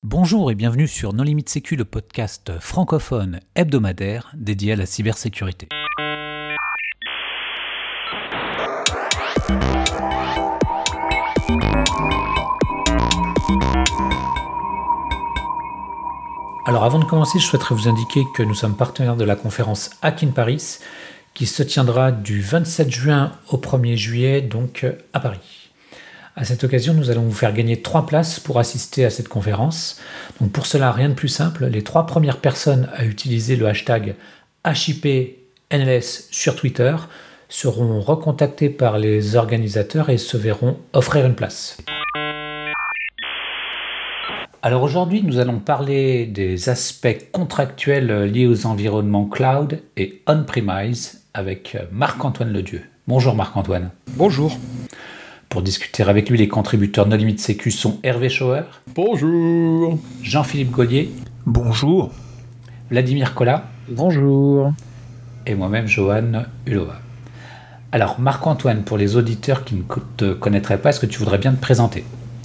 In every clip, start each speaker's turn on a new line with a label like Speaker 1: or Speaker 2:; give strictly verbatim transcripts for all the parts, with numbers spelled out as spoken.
Speaker 1: Bonjour et bienvenue sur No Limit Sécu, le podcast francophone hebdomadaire dédié à la cybersécurité. Alors avant de commencer, je souhaiterais vous indiquer que nous sommes partenaires de la conférence Hack in Paris qui se tiendra du vingt-sept juin au premier juillet, donc à Paris. À cette occasion, nous allons vous faire gagner trois places pour assister à cette conférence. Donc pour cela, rien de plus simple, les trois premières personnes à utiliser le hashtag H I P N L S sur Twitter seront recontactées par les organisateurs et se verront offrir une place. Alors aujourd'hui, nous allons parler des aspects contractuels liés aux environnements cloud et on-premise avec Marc-Antoine Ledieu. Bonjour Marc-Antoine.
Speaker 2: Bonjour.
Speaker 1: Pour discuter avec lui, les contributeurs No Limit Sécu sont Hervé Schauer.
Speaker 2: Bonjour.
Speaker 1: Jean-Philippe Gaulier.
Speaker 3: Bonjour.
Speaker 1: Vladimir Collat.
Speaker 4: Bonjour.
Speaker 1: Et moi-même, Johan Hulova. Alors, Marc-Antoine, pour les auditeurs qui ne te connaîtraient pas, est-ce que tu voudrais bien te présenter ?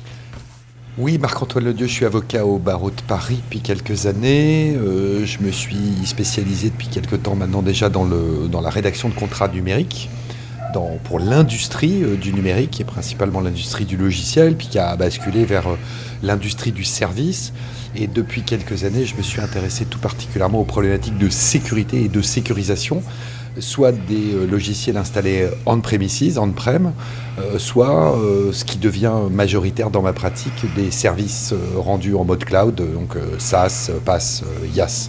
Speaker 2: Oui, Marc-Antoine Ledieu, je suis avocat au barreau de Paris depuis quelques années. Euh, je me suis spécialisé depuis quelques temps maintenant déjà dans, le, dans la rédaction de contrats numériques. Dans, pour l'industrie euh, du numérique, et principalement l'industrie du logiciel, puis qui a basculé vers euh, l'industrie du service. Et depuis quelques années, je me suis intéressé tout particulièrement aux problématiques de sécurité et de sécurisation, soit des euh, logiciels installés on-premises, on-prem, euh, soit euh, ce qui devient majoritaire dans ma pratique, des services euh, rendus en mode cloud, donc euh, SaaS, PaaS, euh, IaaS.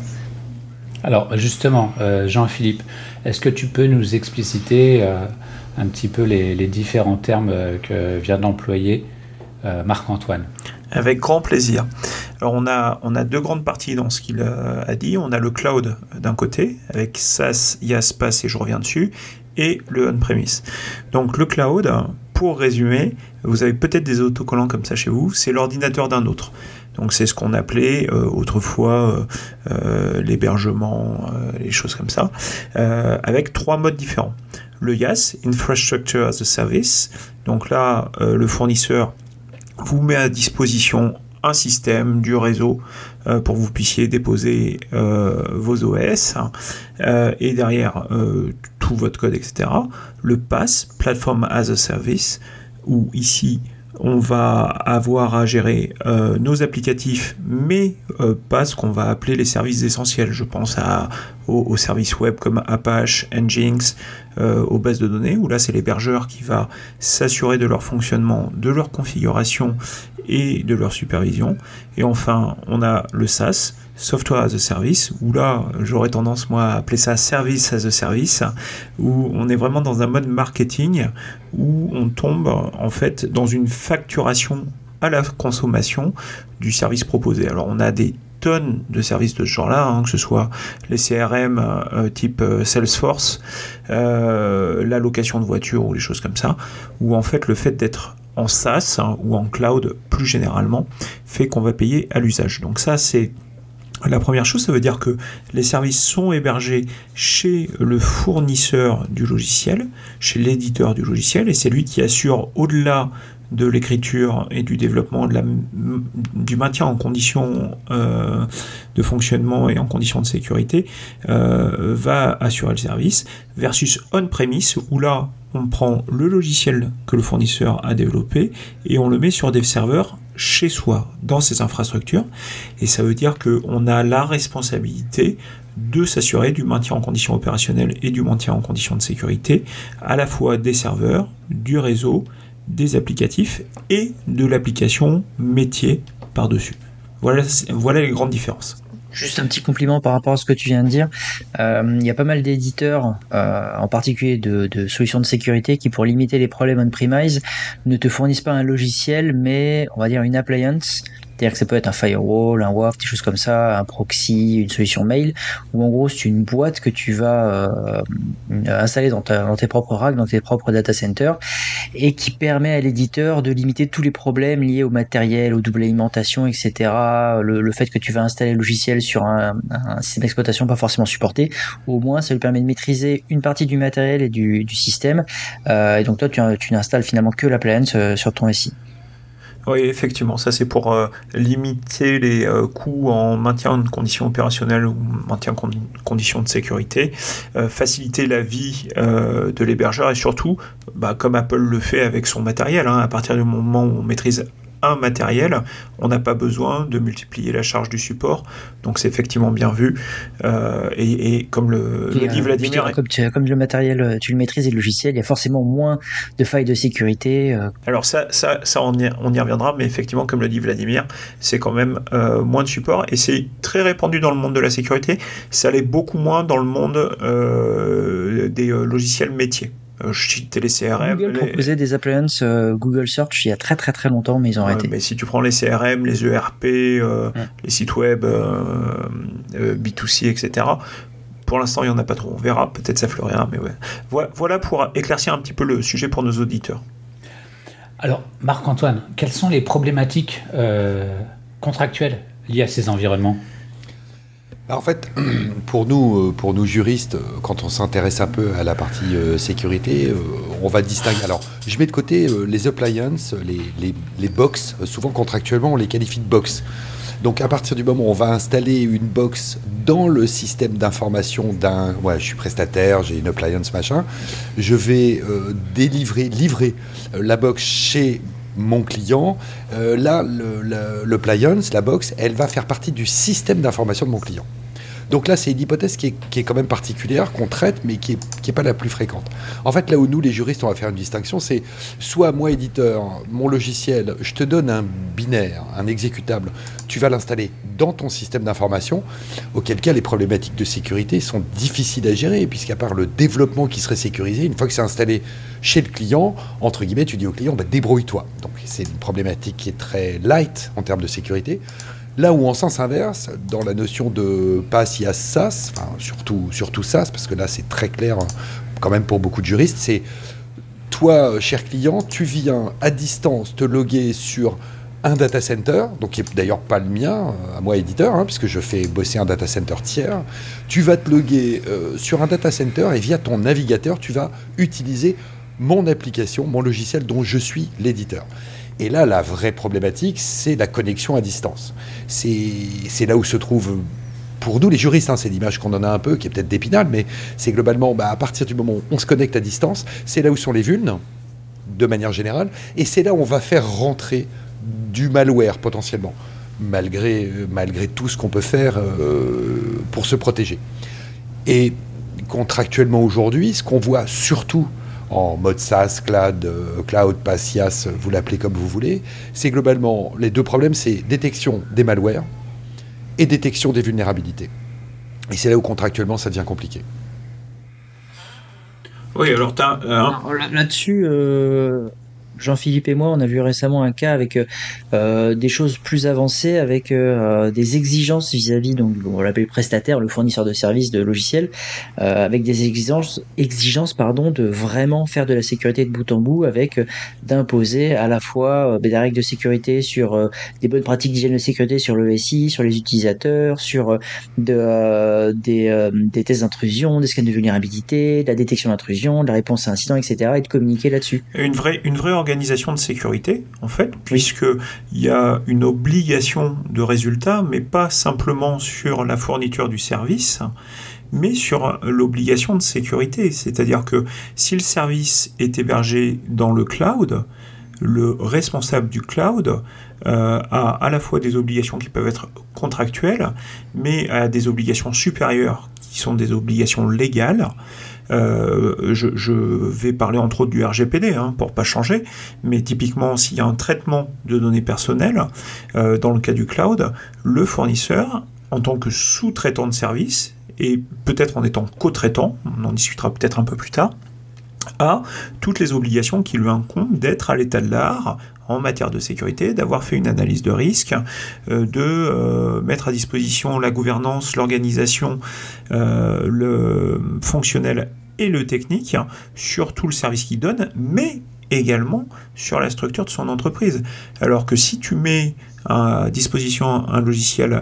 Speaker 1: Alors justement, euh, Jean-Philippe, est-ce que tu peux nous expliciter euh, un petit peu les, les différents termes euh, que vient d'employer euh, Marc-Antoine ?
Speaker 3: Avec grand plaisir. Alors on a, on a deux grandes parties dans ce qu'il a, a dit. On a le cloud d'un côté, avec SaaS, IaaS, PaaS, et je reviens dessus, et le on-premise. Donc le cloud, pour résumer, vous avez peut-être des autocollants comme ça chez vous, c'est l'ordinateur d'un autre. Donc c'est ce qu'on appelait euh, autrefois euh, euh, l'hébergement, euh, les choses comme ça, euh, avec trois modes différents. Le IaaS, Infrastructure as a Service, donc là euh, le fournisseur vous met à disposition un système, du réseau, euh, pour que vous puissiez déposer euh, vos O S, euh, et derrière euh, tout votre code, et cetera. Le PaaS, Platform as a Service, où ici on va avoir à gérer euh, nos applicatifs, mais euh, pas ce qu'on va appeler les services essentiels. Je pense à, aux, aux services web comme Apache, Nginx, euh, aux bases de données, où là c'est l'hébergeur qui va s'assurer de leur fonctionnement, de leur configuration et de leur supervision. Et enfin, on a le SaaS, Software as a Service, où là, j'aurais tendance, moi, à appeler ça Service as a Service, où on est vraiment dans un mode marketing, où on tombe, en fait, dans une facturation à la consommation du service proposé. Alors, on a des tonnes de services de ce genre-là, hein, que ce soit les C R M euh, type euh, Salesforce, euh, la location de voitures ou les choses comme ça, où, en fait, le fait d'être en SaaS, hein, ou en cloud, plus généralement, fait qu'on va payer à l'usage. Donc ça, c'est la première chose. Ça veut dire que les services sont hébergés chez le fournisseur du logiciel, chez l'éditeur du logiciel, et c'est lui qui assure, au-delà de l'écriture et du développement, de la, du maintien en conditions euh, de fonctionnement et en conditions de sécurité, euh, va assurer le service, versus on-premise, où là, on prend le logiciel que le fournisseur a développé et on le met sur des serveurs chez soi, dans ses infrastructures, et ça veut dire qu'on a la responsabilité de s'assurer du maintien en conditions opérationnelles et du maintien en conditions de sécurité, à la fois des serveurs, du réseau, des applicatifs et de l'application métier par-dessus. Voilà, voilà les grandes différences.
Speaker 4: Juste un petit compliment par rapport à ce que tu viens de dire. Euh, il y a pas mal d'éditeurs, euh, en particulier de, de solutions de sécurité, qui pour limiter les problèmes on-premise ne te fournissent pas un logiciel, mais on va dire une appliance. C'est-à-dire que ça peut être un firewall, un W A F, des choses comme ça, un proxy, une solution mail, où en gros c'est une boîte que tu vas euh, installer dans, ta, dans tes propres racks, dans tes propres data centers, et qui permet à l'éditeur de limiter tous les problèmes liés au matériel, aux double alimentations, et cetera. Le, le fait que tu vas installer le logiciel sur un, un système d'exploitation pas forcément supporté, au moins ça lui permet de maîtriser une partie du matériel et du, du système. Euh, et donc toi tu, tu n'installes finalement que l'appliance euh, sur ton S I.
Speaker 3: Oui, effectivement, ça c'est pour euh, limiter les euh, coûts en maintien de conditions opérationnelles ou maintien de con- conditions de sécurité, euh, faciliter la vie euh, de l'hébergeur et surtout, bah, comme Apple le fait avec son matériel, hein, à partir du moment où on maîtrise un matériel, on n'a pas besoin de multiplier la charge du support, donc c'est effectivement bien vu. Euh, et, et comme le,
Speaker 4: Et,
Speaker 3: le dit
Speaker 4: euh,
Speaker 3: Vladimir...
Speaker 4: comme, tu, comme le matériel, tu le maîtrises et le logiciel, il y a forcément moins de failles de sécurité. Euh.
Speaker 3: Alors ça, ça, ça on, y, on y reviendra, mais effectivement, comme le dit Vladimir, c'est quand même euh, moins de support, et c'est très répandu dans le monde de la sécurité, ça l'est beaucoup moins dans le monde euh, des euh, logiciels métiers. Euh, je citais les C R M.
Speaker 4: Google
Speaker 3: les...
Speaker 4: proposait des appliances euh, Google Search il y a très très très longtemps, mais ils ont
Speaker 3: ouais,
Speaker 4: arrêté.
Speaker 3: Mais si tu prends les C R M, les E R P, euh,
Speaker 4: ouais.
Speaker 3: les sites web, euh, euh, B deux C, et cetera, pour l'instant, il n'y en a pas trop. On verra, peut-être ça fleurira, mais ouais. Voilà, voilà pour éclaircir un petit peu le sujet pour nos auditeurs.
Speaker 1: Alors, Marc-Antoine, quelles sont les problématiques euh, contractuelles liées à ces environnements ?
Speaker 2: En fait, pour nous, pour nous juristes, quand on s'intéresse un peu à la partie euh, sécurité, euh, on va distinguer. Alors, je mets de côté euh, les appliances, les, les, les box. Souvent, contractuellement, on les qualifie de box. Donc, à partir du moment où on va installer une box dans le système d'information d'un... Ouais, je suis prestataire, j'ai une appliance, machin. Je vais euh, délivrer, livrer euh, la box chez mon client. Euh, là, le, le, l'appliance, la box, elle va faire partie du système d'information de mon client. Donc là, c'est une hypothèse qui est, qui est quand même particulière, qu'on traite, mais qui n'est qui est pas la plus fréquente. En fait, là où nous, les juristes, on va faire une distinction, c'est soit moi, éditeur, mon logiciel, je te donne un binaire, un exécutable, tu vas l'installer dans ton système d'information, auquel cas les problématiques de sécurité sont difficiles à gérer, puisqu'à part le développement qui serait sécurisé, une fois que c'est installé chez le client, entre guillemets, tu dis au client, bah, débrouille-toi. Donc c'est une problématique qui est très light en termes de sécurité. Là où en sens inverse, dans la notion de PaaS, IaaS, SaaS, enfin surtout, surtout SaaS, parce que là c'est très clair quand même pour beaucoup de juristes, c'est toi, cher client, tu viens à distance te loguer sur un data center, donc qui n'est d'ailleurs pas le mien, à moi éditeur, hein, puisque je fais bosser un data center tiers. Tu vas te loguer euh, sur un data center et via ton navigateur, tu vas utiliser mon application, mon logiciel dont je suis l'éditeur. Et là, la vraie problématique, c'est la connexion à distance. C'est, c'est là où se trouve, pour nous les juristes, hein, c'est l'image qu'on en a un peu, qui est peut-être d'Épinal, mais c'est globalement, bah, à partir du moment où on se connecte à distance, c'est là où sont les vulnes, de manière générale, et c'est là où on va faire rentrer du malware potentiellement, malgré, malgré tout ce qu'on peut faire euh, pour se protéger. Et contractuellement aujourd'hui, ce qu'on voit surtout en mode SaaS, cloud, euh, cloud, PaaS, IaaS, vous l'appelez comme vous voulez, c'est globalement, les deux problèmes, c'est détection des malwares et détection des vulnérabilités. Et c'est là où contractuellement ça devient compliqué.
Speaker 3: Oui, alors t'as... Euh,
Speaker 4: alors, là, là-dessus, euh, Jean-Philippe et moi, on a vu récemment un cas avec euh, des choses plus avancées, avec euh, des exigences vis-à-vis, donc on l'appelle le prestataire, le fournisseur de services de logiciels, euh, avec des exigences, exigences pardon, de vraiment faire de la sécurité de bout en bout, avec euh, d'imposer à la fois euh, des règles de sécurité sur euh, des bonnes pratiques d'hygiène de sécurité sur le S I, sur les utilisateurs, sur euh, de, euh, des, euh, des tests d'intrusion, des scans de vulnérabilité, de la détection d'intrusion, de la réponse à incidents, et cetera, et de communiquer là-dessus.
Speaker 3: Une vraie, une vraie organisation de sécurité, en fait, puisqu'il y a une obligation de résultat, mais pas simplement sur la fourniture du service, mais sur l'obligation de sécurité. C'est-à-dire que si le service est hébergé dans le cloud, le responsable du cloud euh, a à la fois des obligations qui peuvent être contractuelles, mais a des obligations supérieures qui sont des obligations légales. Euh, je, je vais parler entre autres du R G P D hein, pour pas changer, mais typiquement s'il y a un traitement de données personnelles euh, dans le cas du cloud, le fournisseur en tant que sous-traitant de service et peut-être en étant co-traitant, on en discutera peut-être un peu plus tard, a toutes les obligations qui lui incombent d'être à l'état de l'art en matière de sécurité, d'avoir fait une analyse de risque, euh, de euh, mettre à disposition la gouvernance, l'organisation, euh, le fonctionnel et le technique sur tout le service qu'il donne, mais également sur la structure de son entreprise. Alors que si tu mets à disposition un logiciel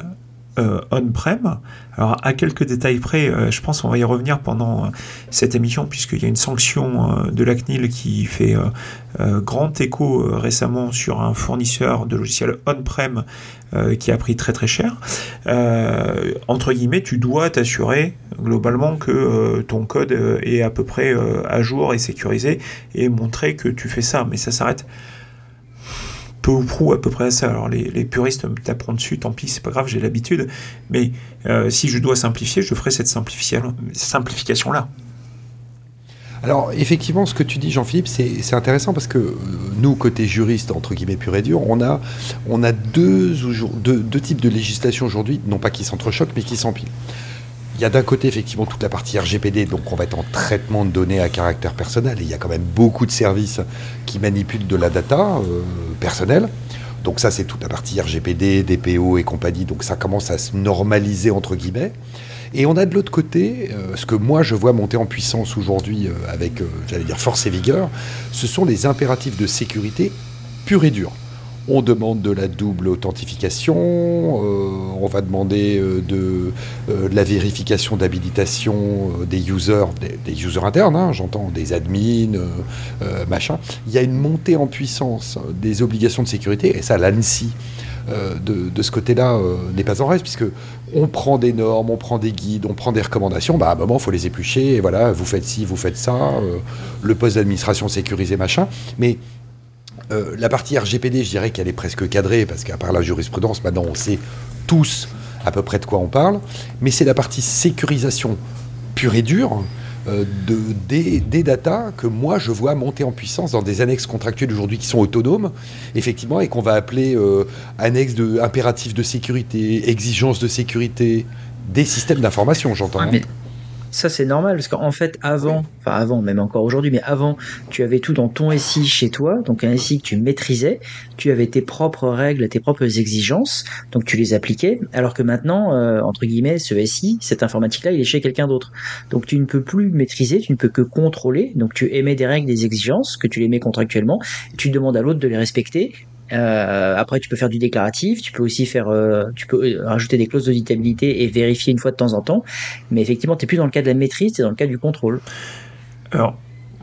Speaker 3: euh, on-prem. Alors, à quelques détails près, euh, je pense qu'on va y revenir pendant euh, cette émission, puisqu'il y a une sanction euh, de la C N I L qui fait euh, euh, grand écho euh, récemment sur un fournisseur de logiciels on-prem euh, qui a pris très très cher. Euh, entre guillemets, tu dois t'assurer globalement que euh, ton code euh, est à peu près euh, à jour et sécurisé, et montrer que tu fais ça. Mais ça s'arrête peu ou prou à peu près à ça. Alors les, les puristes me taperont dessus, tant pis, c'est pas grave, j'ai l'habitude. Mais euh, si je dois simplifier, je ferai cette simplification, simplification-là.
Speaker 2: Alors effectivement, ce que tu dis, Jean-Philippe, c'est, c'est intéressant parce que euh, nous, côté juriste, entre guillemets pur et dur, on a, on a deux, deux, deux types de législation aujourd'hui, non pas qui s'entrechoquent, mais qui s'empilent. Il y a d'un côté effectivement toute la partie R G P D, donc on va être en traitement de données à caractère personnel, et il y a quand même beaucoup de services qui manipulent de la data euh, personnelle. Donc ça, c'est toute la partie R G P D, D P O et compagnie, donc ça commence à se normaliser entre guillemets. Et on a de l'autre côté, euh, ce que moi je vois monter en puissance aujourd'hui euh, avec, euh, j'allais dire, force et vigueur, ce sont les impératifs de sécurité purs et durs. On demande de la double authentification, euh, on va demander euh, de, euh, de la vérification d'habilitation euh, des users, des, des users internes, hein, j'entends, des admins, euh, euh, machin. Il y a une montée en puissance des obligations de sécurité, et ça, l'ANSSI, euh, de, de ce côté-là, euh, n'est pas en reste, puisque on prend des normes, on prend des guides, on prend des recommandations, bah, à un moment, il faut les éplucher, et voilà, vous faites ci, vous faites ça, euh, le poste d'administration sécurisé, machin, mais Euh, la partie R G P D, je dirais qu'elle est presque cadrée, parce qu'à part la jurisprudence, maintenant on sait tous à peu près de quoi on parle, mais c'est la partie sécurisation pure et dure euh, de, des, des data que moi je vois monter en puissance dans des annexes contractuelles aujourd'hui qui sont autonomes, effectivement, et qu'on va appeler euh, annexes de impératifs de sécurité, exigences de sécurité, des systèmes d'information, j'entends.
Speaker 4: Ouais, mais ça, c'est normal, parce qu'en fait, avant, oui. enfin avant, même encore aujourd'hui, mais avant, tu avais tout dans ton S I chez toi, donc un S I que tu maîtrisais, tu avais tes propres règles, tes propres exigences, donc tu les appliquais, alors que maintenant, euh, entre guillemets, ce S I, cette informatique-là, il est chez quelqu'un d'autre. Donc tu ne peux plus maîtriser, tu ne peux que contrôler, donc tu émets des règles, des exigences, que tu les mets contractuellement, tu demandes à l'autre de les respecter. Euh, après, tu peux faire du déclaratif, tu peux aussi faire, euh, tu peux rajouter des clauses d'auditabilité et vérifier une fois de temps en temps. Mais effectivement, tu n'es plus dans le cas de la maîtrise, tu es dans le cas du contrôle.
Speaker 3: Alors,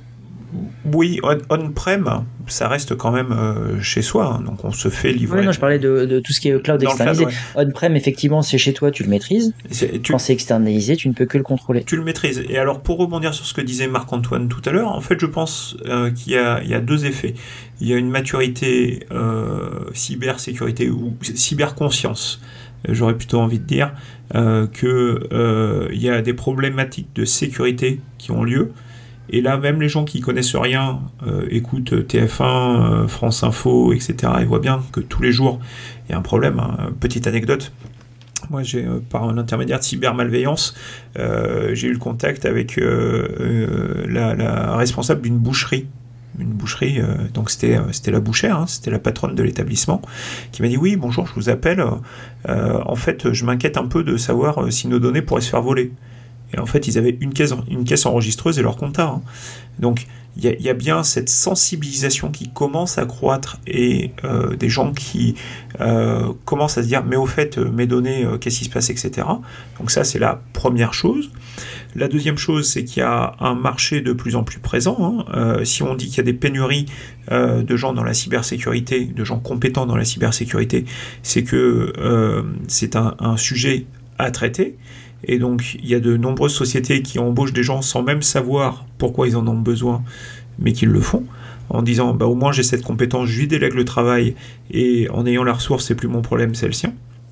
Speaker 3: oui, on, on-prem, ça reste quand même euh, chez soi, hein, donc on se fait livrer.
Speaker 4: Oui, non, je parlais de, de tout ce qui est cloud dans externalisé. Cloud, ouais. On-prem, effectivement, c'est chez toi, tu le maîtrises. C'est, tu, Quand c'est externalisé, tu ne peux que le contrôler.
Speaker 3: Tu le maîtrises. Et alors, pour rebondir sur ce que disait Marc-Antoine tout à l'heure, en fait, je pense euh, qu'il y a, il y a deux effets. Il y a une maturité euh, cybersécurité ou cyberconscience, j'aurais plutôt envie de dire, euh, qu'il euh, y a des problématiques de sécurité qui ont lieu. Et là, même les gens qui connaissent rien, euh, écoutent T F un, euh, France Info, et cetera, ils voient bien que tous les jours, il y a un problème. Hein. Petite anecdote. Moi, j'ai, euh, par l'intermédiaire de cybermalveillance, euh, j'ai eu le contact avec euh, euh, la, la responsable d'une boucherie. Une boucherie, euh, donc c'était, euh, c'était la bouchère, hein, c'était la patronne de l'établissement, qui m'a dit « Oui, bonjour, je vous appelle. Euh, en fait, je m'inquiète un peu de savoir euh, si nos données pourraient se faire voler. » Et en fait, ils avaient une caisse, une caisse enregistreuse et leur compta. Hein. Donc, il y, y a bien cette sensibilisation qui commence à croître et euh, des gens qui euh, commencent à se dire « Mais au fait, mes données, euh, qu'est-ce qui se passe, et cetera » Donc ça, c'est la première chose. La deuxième chose, c'est qu'il y a un marché de plus en plus présent. Hein. Euh, si on dit qu'il y a des pénuries euh, de gens dans la cybersécurité, de gens compétents dans la cybersécurité, c'est que euh, c'est un, un sujet à traiter. Et donc, il y a de nombreuses sociétés qui embauchent des gens sans même savoir pourquoi ils en ont besoin, mais qui le font, en disant bah, « au moins j'ai cette compétence, je lui délègue le travail, et en ayant la ressource, c'est plus mon problème, c'est le sien ».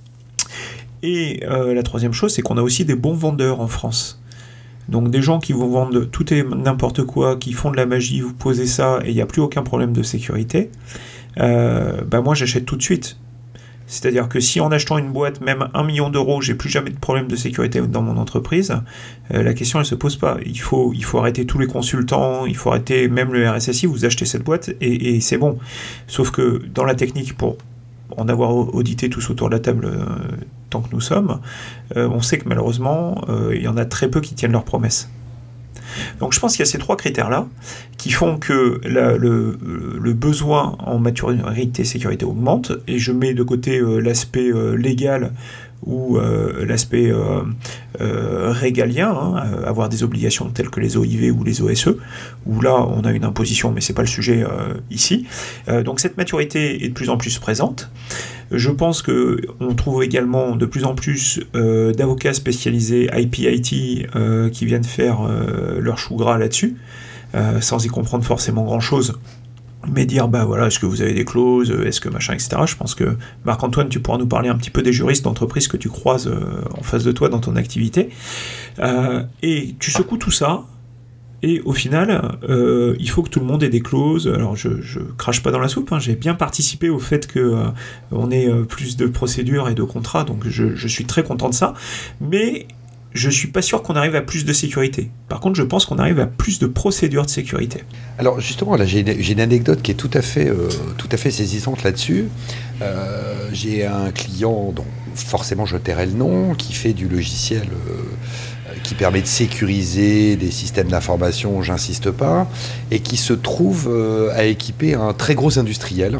Speaker 3: Et euh, la troisième chose, c'est qu'on a aussi des bons vendeurs en France. Donc des gens qui vous vendent tout et n'importe quoi, qui font de la magie, vous posez ça, et il n'y a plus aucun problème de sécurité, euh, bah moi j'achète tout de suite. C'est-à-dire que si en achetant une boîte, même un million d'euros, j'ai plus jamais de problème de sécurité dans mon entreprise, euh, la question elle se pose pas. Il faut, il faut arrêter tous les consultants, il faut arrêter même le R S S I, vous achetez cette boîte et, et c'est bon. Sauf que dans la technique, pour en avoir audité tous autour de la table euh, tant que nous sommes, euh, on sait que malheureusement, euh, il y en a très peu qui tiennent leurs promesses. Donc je pense qu'il y a ces trois critères-là qui font que la, le, le besoin en maturité sécurité augmente, et je mets de côté euh, l'aspect euh, légal ou euh, l'aspect euh, euh, régalien, hein, avoir des obligations telles que les O I V ou les O S E, où là on a une imposition, mais c'est pas le sujet euh, ici. Euh, donc cette maturité est de plus en plus présente. Je pense qu'on trouve également de plus en plus euh, d'avocats spécialisés I P I T euh, qui viennent faire euh, leur chou gras là-dessus, euh, sans y comprendre forcément grand-chose. Mais dire, bah voilà, est-ce que vous avez des clauses, est-ce que machin, et cetera. Je pense que, Marc-Antoine, tu pourras nous parler un petit peu des juristes d'entreprise que tu croises euh, en face de toi dans ton activité. Euh, et tu secoues tout ça, et au final, euh, il faut que tout le monde ait des clauses. Alors, je, je crache pas dans la soupe, hein, j'ai bien participé au fait que euh, on ait euh, plus de procédures et de contrats, donc je, je suis très content de ça. Mais je suis pas sûr qu'on arrive à plus de sécurité. Par contre, je pense qu'on arrive à plus de procédures de sécurité.
Speaker 2: Alors justement, là, j'ai une, j'ai une anecdote qui est tout à fait, euh, tout à fait saisissante là-dessus. Euh, j'ai un client dont forcément je tairai le nom, qui fait du logiciel euh, qui permet de sécuriser des systèmes d'information, j'insiste pas, et qui se trouve euh, à équiper un très gros industriel,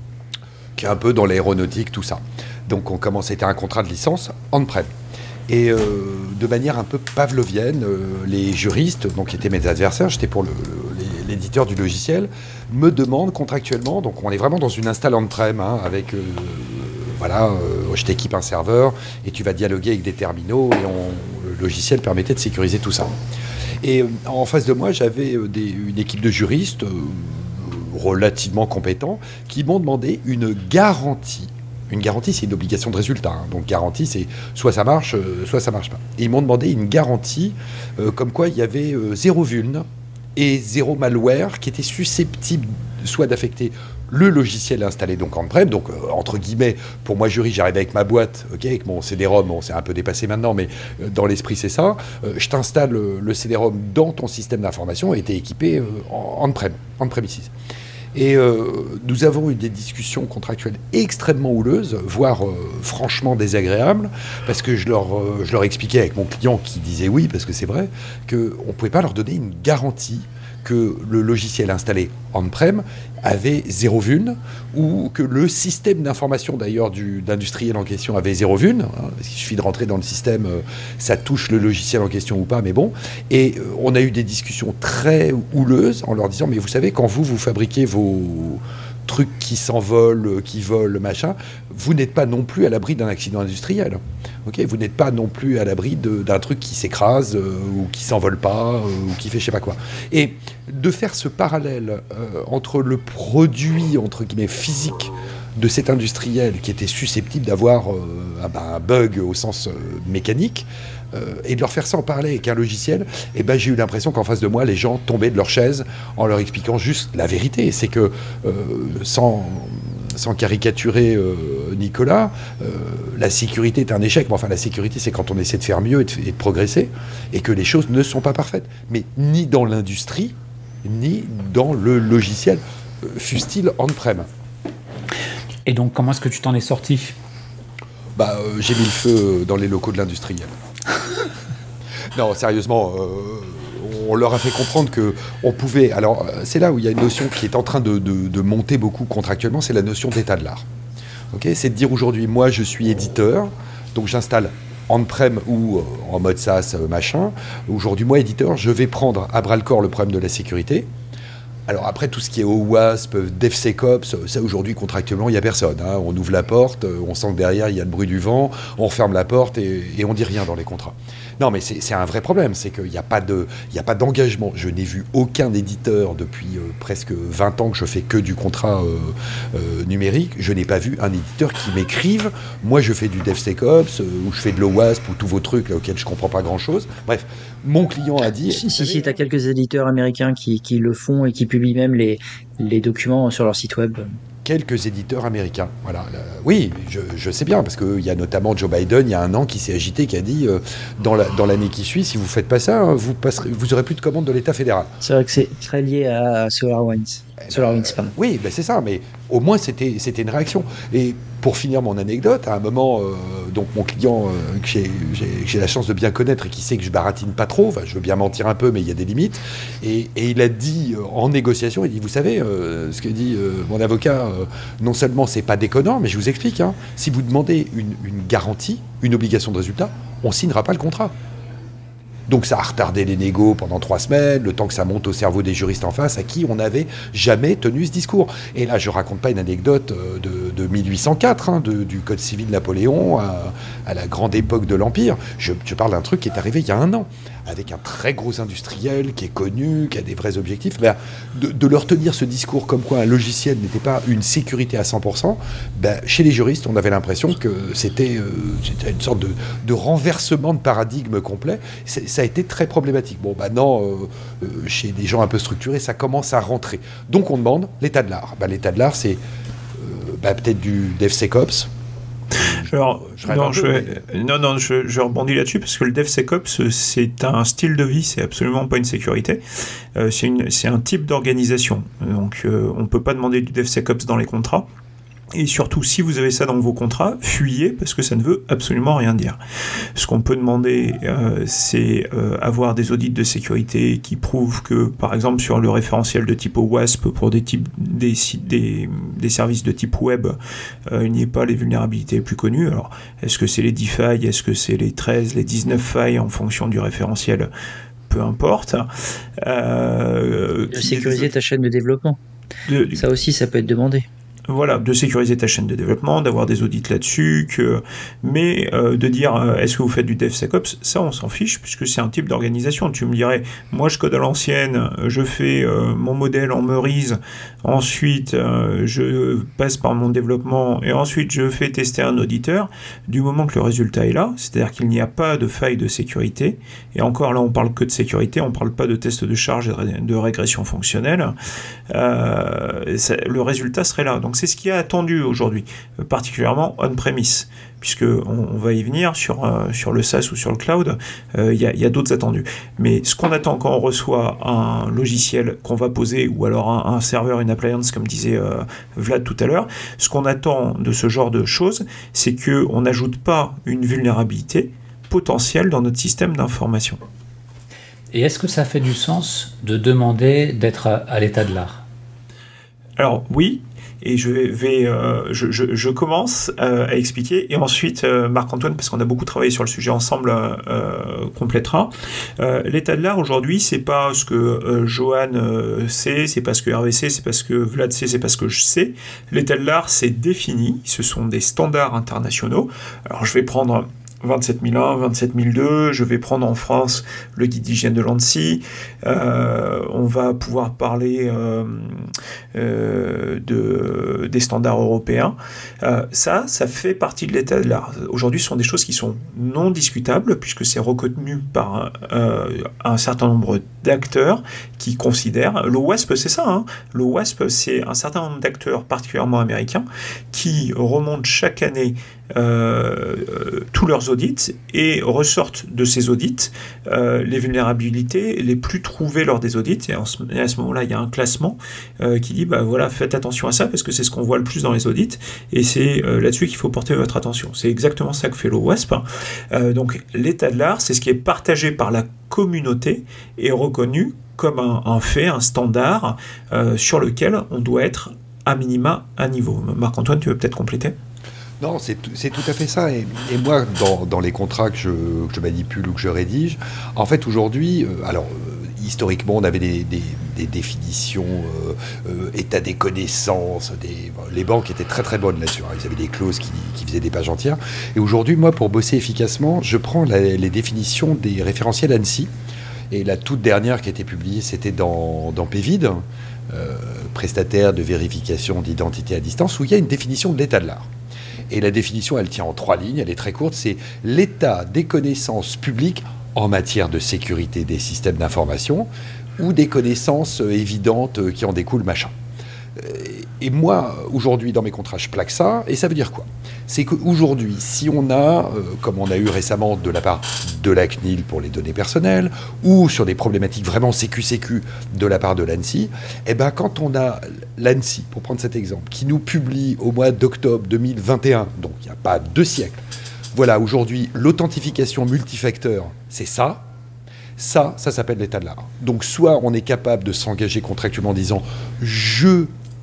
Speaker 2: qui est un peu dans l'aéronautique, tout ça. Donc on commence, c'était un contrat de licence on-prem. Et euh, de manière un peu pavlovienne, euh, les juristes, donc qui étaient mes adversaires, j'étais pour le, le, l'éditeur du logiciel, me demandent contractuellement, donc on est vraiment dans une install on-prem, hein, avec, euh, voilà, euh, je t'équipe un serveur, et tu vas dialoguer avec des terminaux, et on, le logiciel permettait de sécuriser tout ça. Et euh, en face de moi, j'avais euh, des, une équipe de juristes euh, relativement compétents, qui m'ont demandé une garantie. Une garantie, c'est une obligation de résultat. Hein. Donc, garantie, c'est soit ça marche, euh, soit ça marche pas. Et ils m'ont demandé une garantie euh, comme quoi il y avait euh, zéro vuln et zéro malware qui était susceptible soit d'affecter le logiciel installé donc on-prem. Donc, euh, entre guillemets, pour moi, jury, j'arrive avec ma boîte, ok, avec mon C D-ROM, bon, c'est un peu dépassé maintenant, mais euh, dans l'esprit, c'est ça. Euh, je t'installe le, le C D-ROM dans ton système d'information et tu es équipé euh, on-prem, on-premises. Et euh, nous avons eu des discussions contractuelles extrêmement houleuses, voire euh, franchement désagréables, parce que je leur, euh, je leur expliquais avec mon client qui disait oui, parce que c'est vrai, qu'on ne pouvait pas leur donner une garantie que le logiciel installé on-prem avait zéro vuln, ou que le système d'information d'ailleurs du, d'industriel en question avait zéro vuln, hein, parce qu'il suffit de rentrer dans le système, euh, ça touche le logiciel en question ou pas, mais bon. Et euh, on a eu des discussions très houleuses en leur disant, mais vous savez, quand vous, vous fabriquez vos trucs qui s'envolent, qui volent, machin, vous n'êtes pas non plus à l'abri d'un accident industriel. Okay, vous n'êtes pas non plus à l'abri de, d'un truc qui s'écrase euh, ou qui s'envole pas euh, ou qui fait je sais pas quoi. Et de faire ce parallèle euh, entre le produit entre guillemets physique de cet industriel qui était susceptible d'avoir euh, un, ben, un bug au sens euh, mécanique euh, et de leur faire ça en parallèle avec un logiciel, et ben j'ai eu l'impression qu'en face de moi les gens tombaient de leur chaise en leur expliquant juste la vérité. C'est que euh, sans sans caricaturer euh, Nicolas, euh, la sécurité est un échec. Mais enfin, la sécurité, c'est quand on essaie de faire mieux et de, et de progresser, et que les choses ne sont pas parfaites. Mais ni dans l'industrie, ni dans le logiciel, euh, fût-il on-prem.
Speaker 1: Et donc, comment est-ce que tu t'en es sorti ?
Speaker 2: Bah, euh, j'ai mis le feu dans les locaux de l'industriel. Non, sérieusement... Euh, on leur a fait comprendre qu'on pouvait... Alors, c'est là où il y a une notion qui est en train de, de, de monter beaucoup contractuellement, c'est la notion d'état de l'art. Okay, c'est de dire aujourd'hui, moi, je suis éditeur, donc j'installe on-prem ou euh, en mode SaaS, euh, machin. Aujourd'hui, moi, éditeur, je vais prendre à bras-le-corps le problème de la sécurité. Alors après, tout ce qui est O WASP, DevSecOps, ça aujourd'hui, contractuellement, il n'y a personne. Hein. On ouvre la porte, on sent que derrière, il y a le bruit du vent, on referme la porte et, et on ne dit rien dans les contrats. Non, mais c'est, c'est un vrai problème, c'est qu'il n'y a pas de, il n'y a pas d'engagement. Je n'ai vu aucun éditeur depuis euh, presque vingt ans que je fais que du contrat euh, euh, numérique. Je n'ai pas vu un éditeur qui m'écrive « Moi, je fais du DevSecOps, euh, ou je fais de l'O WASP, ou tous vos trucs là, auxquels je ne comprends pas grand-chose. » Bref, mon client a dit...
Speaker 4: Si, si, si tu as quelques éditeurs américains qui, qui le font et qui publient même les, les documents sur leur site web.
Speaker 2: Quelques éditeurs américains, voilà. Oui, je, je sais bien, parce qu'il y a notamment Joe Biden, il y a un an, qui s'est agité, qui a dit, euh, dans, la, dans l'année qui suit, si vous ne faites pas ça, vous passerez, vous n'aurez plus de commandes de l'État fédéral.
Speaker 4: C'est vrai que c'est très lié à SolarWinds.
Speaker 2: Eh
Speaker 4: SolarWinds,
Speaker 2: ben, oui, ben c'est ça, mais au moins c'était, c'était une réaction. Et pour finir mon anecdote, à un moment, euh, donc mon client euh, que j'ai, j'ai, j'ai la chance de bien connaître et qui sait que je baratine pas trop, enfin je veux bien mentir un peu mais il y a des limites, et, et il a dit euh, en négociation, il dit vous savez euh, ce que dit euh, mon avocat, euh, non seulement c'est pas déconnant, mais je vous explique, hein, si vous demandez une, une garantie, une obligation de résultat, on signera pas le contrat. Donc ça a retardé les négos pendant trois semaines, le temps que ça monte au cerveau des juristes en face, à qui on n'avait jamais tenu ce discours. Et là, je ne raconte pas une anecdote de, de mille huit cent quatre, hein, de, du Code civil de Napoléon à, à la grande époque de l'Empire. Je, je parle d'un truc qui est arrivé il y a un an, avec un très gros industriel qui est connu, qui a des vrais objectifs. Ben, de, de leur tenir ce discours comme quoi un logiciel n'était pas une sécurité à cent pour cent, ben, chez les juristes, on avait l'impression que c'était, euh, c'était une sorte de, de renversement de paradigme complet. C'est, ça a été très problématique. Bon, maintenant, euh, euh, chez des gens un peu structurés, ça commence à rentrer. Donc on demande l'état de l'art. Ben, l'état de l'art, c'est euh, ben, peut-être du DevSecOps.
Speaker 3: Alors, je non, je, peu, mais... non, non, je, je rebondis là-dessus parce que le DevSecOps, c'est un style de vie, c'est absolument pas une sécurité. Euh, c'est, une, c'est un type d'organisation. Donc, euh, on ne peut pas demander du DevSecOps dans les contrats. Et surtout, si vous avez ça dans vos contrats, fuyez, parce que ça ne veut absolument rien dire. Ce qu'on peut demander, euh, c'est euh, avoir des audits de sécurité qui prouvent que, par exemple, sur le référentiel de type WASP, pour des, types, des, des, des services de type web, euh, il n'y ait pas les vulnérabilités les plus connues. Alors, est-ce que c'est les dix failles, est-ce que c'est les treize, les dix-neuf failles en fonction du référentiel ? Peu importe.
Speaker 4: Euh, de sécuriser ta chaîne de développement. De, ça aussi, ça peut être demandé.
Speaker 3: Voilà, de sécuriser ta chaîne de développement, d'avoir des audits là-dessus, que... mais euh, de dire euh, est-ce que vous faites du DevSecOps, ça on s'en fiche puisque c'est un type d'organisation. Tu me dirais, moi je code à l'ancienne, je fais euh, mon modèle en Meurize, ensuite euh, je passe par mon développement et ensuite je fais tester un auditeur. Du moment que le résultat est là, c'est-à-dire qu'il n'y a pas de faille de sécurité, et encore là on parle que de sécurité, on parle pas de test de charge et de régression fonctionnelle, euh, ça, le résultat serait là. Donc c'est ce qui est attendu aujourd'hui, particulièrement on-premise, puisqu'on on va y venir sur, euh, sur le SaaS ou sur le cloud, il euh, y, y a d'autres attendus. Mais ce qu'on attend quand on reçoit un logiciel qu'on va poser, ou alors un, un serveur, une appliance, comme disait euh, Vlad tout à l'heure, ce qu'on attend de ce genre de choses, c'est qu'on n'ajoute pas une vulnérabilité potentielle dans notre système d'information.
Speaker 1: Et est-ce que ça fait du sens de demander d'être à, à l'état de l'art ?
Speaker 3: Alors oui, et je vais, euh, je, je, je commence euh, à expliquer, et ensuite euh, Marc-Antoine, parce qu'on a beaucoup travaillé sur le sujet ensemble, euh, complétera. Euh, l'état de l'art aujourd'hui, c'est pas ce que euh, Johan euh, sait, c'est pas ce que Hervé sait, c'est pas ce que Vlad sait, c'est pas ce que je sais. L'état de l'art, c'est défini, ce sont des standards internationaux. Alors je vais prendre vingt-sept mille un, vingt-sept mille deux, je vais prendre en France le guide d'hygiène de l'ANSSI, euh, on va pouvoir parler euh, euh, de, des standards européens. Euh, ça, ça fait partie de l'état de l'art. Aujourd'hui, ce sont des choses qui sont non discutables, puisque c'est reconnu par euh, un certain nombre d'acteurs qui considèrent... Le WASP, c'est ça, hein. Le WASP, c'est un certain nombre d'acteurs, particulièrement américains, qui remontent chaque année Euh, euh, tous leurs audits et ressortent de ces audits euh, les vulnérabilités les plus trouvées lors des audits, et, en ce, et à ce moment-là il y a un classement euh, qui dit bah voilà, faites attention à ça parce que c'est ce qu'on voit le plus dans les audits et c'est euh, là-dessus qu'il faut porter votre attention. C'est exactement ça que fait le WASP. Euh, donc l'état de l'art, c'est ce qui est partagé par la communauté et reconnu comme un, un fait, un standard euh, sur lequel on doit être à minima à niveau. Marc-Antoine, tu veux peut-être compléter ?
Speaker 2: Non, c'est, c'est tout à fait ça. Et, et moi, dans, dans les contrats que je, que je manipule ou que je rédige, en fait, aujourd'hui, euh, alors, euh, historiquement, on avait des, des, des définitions, euh, euh, état des connaissances. Des, bon, les banques étaient très, très bonnes là-dessus. Hein. Ils avaient des clauses qui, qui faisaient des pages entières. Et aujourd'hui, moi, pour bosser efficacement, je prends la, les définitions des référentiels ANSSI. Et la toute dernière qui a été publiée, c'était dans, dans P V I D, euh, prestataire de vérification d'identité à distance, où il y a une définition de l'état de l'art. Et la définition, elle tient en trois lignes, elle est très courte, c'est l'état des connaissances publiques en matière de sécurité des systèmes d'information ou des connaissances évidentes qui en découlent, machin. Et moi, aujourd'hui, dans mes contrats, je plaque ça, et ça veut dire quoi ? C'est qu'aujourd'hui, si on a, euh, comme on a eu récemment de la part de la C N I L pour les données personnelles, ou sur des problématiques vraiment sécu-sécu de la part de l'ANSSI, eh ben, quand on a l'ANSSI, pour prendre cet exemple, qui nous publie au mois d'octobre deux mille vingt et un, donc il n'y a pas deux siècles, voilà, aujourd'hui, l'authentification multifacteur, c'est ça. Ça, ça s'appelle l'état de l'art. Donc, soit on est capable de s'engager contractuellement en disant « je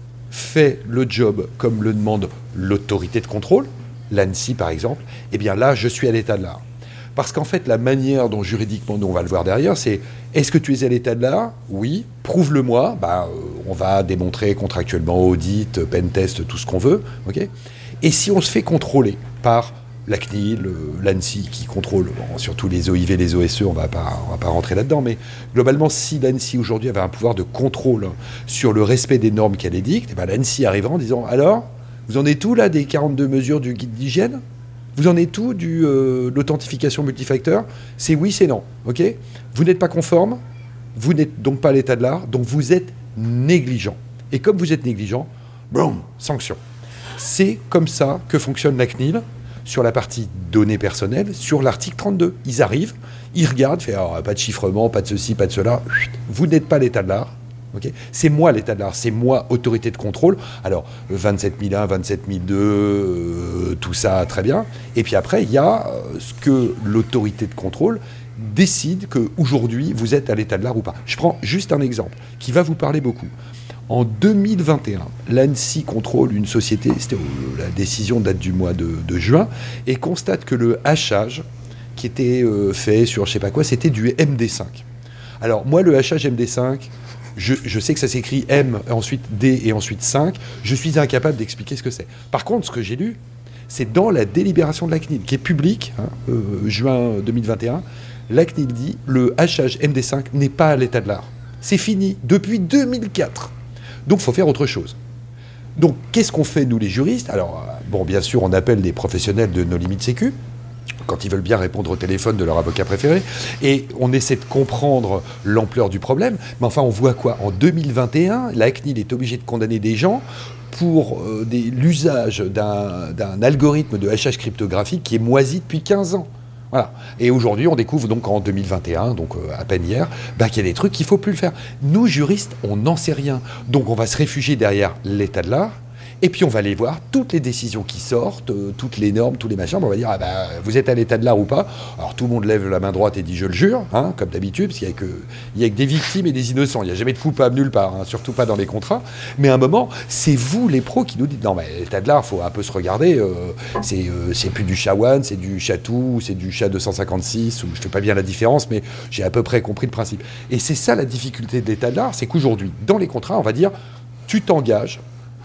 Speaker 2: fais le job comme le demande l'autorité de contrôle », l'ANSSI par exemple, eh bien là, je suis à l'état de l'art. Parce qu'en fait, la manière dont juridiquement, nous, on va le voir derrière, c'est « est-ce que tu es à l'état de l'art ? Oui. Prouve-le-moi. Bah, euh, on va démontrer contractuellement, audit, pentest, tout ce qu'on veut. Okay ? Et si on se fait contrôler par la C N I L, l'ANSSI qui contrôle, bon, surtout les O I V, les O S E, on ne va pas rentrer là-dedans, mais globalement, si l'ANSSI aujourd'hui avait un pouvoir de contrôle sur le respect des normes qu'elle édicte, eh ben, l'ANSSI arrivera en disant « alors, vous en êtes où là des quarante-deux mesures du guide d'hygiène ? Vous en êtes où du, euh, de l'authentification multifacteur ? C'est oui, c'est non. Ok ? Vous n'êtes pas conforme, vous n'êtes donc pas à l'état de l'art, donc vous êtes négligent. Et comme vous êtes négligent, boum, sanction. C'est comme ça que fonctionne la C N I L sur la partie données personnelles, sur l'article trente-deux. Ils arrivent, ils regardent, font oh, pas de chiffrement, pas de ceci, pas de cela. Vous n'êtes pas à l'état de l'art. Okay, c'est moi l'état de l'art, c'est moi autorité de contrôle. Alors vingt-sept mille un, vingt-sept mille deux, euh, tout ça très bien. Et puis après il y a euh, ce que l'autorité de contrôle décide qu'aujourd'hui vous êtes à l'état de l'art ou pas. Je prends juste un exemple qui va vous parler beaucoup. En deux mille vingt et un, l'ANSSI contrôle une société, c'était, euh, la décision date du mois de, de juin, et constate que le hachage qui était euh, fait sur je sais pas quoi, c'était du M D cinq. Alors moi le hachage M D cinq, Je, je sais que ça s'écrit M, ensuite D et ensuite cinq. Je suis incapable d'expliquer ce que c'est. Par contre, ce que j'ai lu, c'est dans la délibération de la C N I L, qui est publique, hein, euh, juin deux mille vingt et un, la C N I L dit le hachage M D cinq n'est pas à l'état de l'art. C'est fini depuis deux mille quatre. Donc, il faut faire autre chose. Donc, qu'est-ce qu'on fait, nous, les juristes ? Alors, bon, bien sûr, on appelle les professionnels de nos limites sécu, quand ils veulent bien répondre au téléphone de leur avocat préféré, et on essaie de comprendre l'ampleur du problème, mais enfin on voit quoi ? En deux mille vingt et un, la C N I L est obligée de condamner des gens pour euh, des, l'usage d'un, d'un algorithme de hachage cryptographique qui est moisi depuis quinze ans. Voilà. Et aujourd'hui, on découvre donc en deux mille vingt et un, donc euh, à peine hier, bah, qu'il y a des trucs qu'il ne faut plus le faire. Nous, juristes, on n'en sait rien. Donc on va se réfugier derrière l'état de l'art, et puis on va aller voir toutes les décisions qui sortent, euh, toutes les normes, tous les machins. On va dire, ah bah, vous êtes à l'état de l'art ou pas ? Alors tout le monde lève la main droite et dit, je le jure, hein, comme d'habitude, parce qu'il n'y a, que, il y a que des victimes et des innocents. Il n'y a jamais de coupable nulle part, hein, surtout pas dans les contrats. Mais à un moment, c'est vous les pros qui nous dites, non mais l'état de l'art, il faut un peu se regarder. Euh, c'est, euh, c'est plus du Shawan, c'est du Chatou, c'est du Chat deux cent cinquante-six, ou je ne fais pas bien la différence, mais j'ai à peu près compris le principe. Et c'est ça la difficulté de l'état de l'art, c'est qu'aujourd'hui, dans les contrats, on va dire, tu t'engages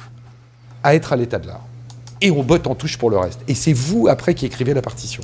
Speaker 2: à être à l'état de l'art. Et on botte en touche pour le reste. Et c'est vous, après, qui écrivez la partition.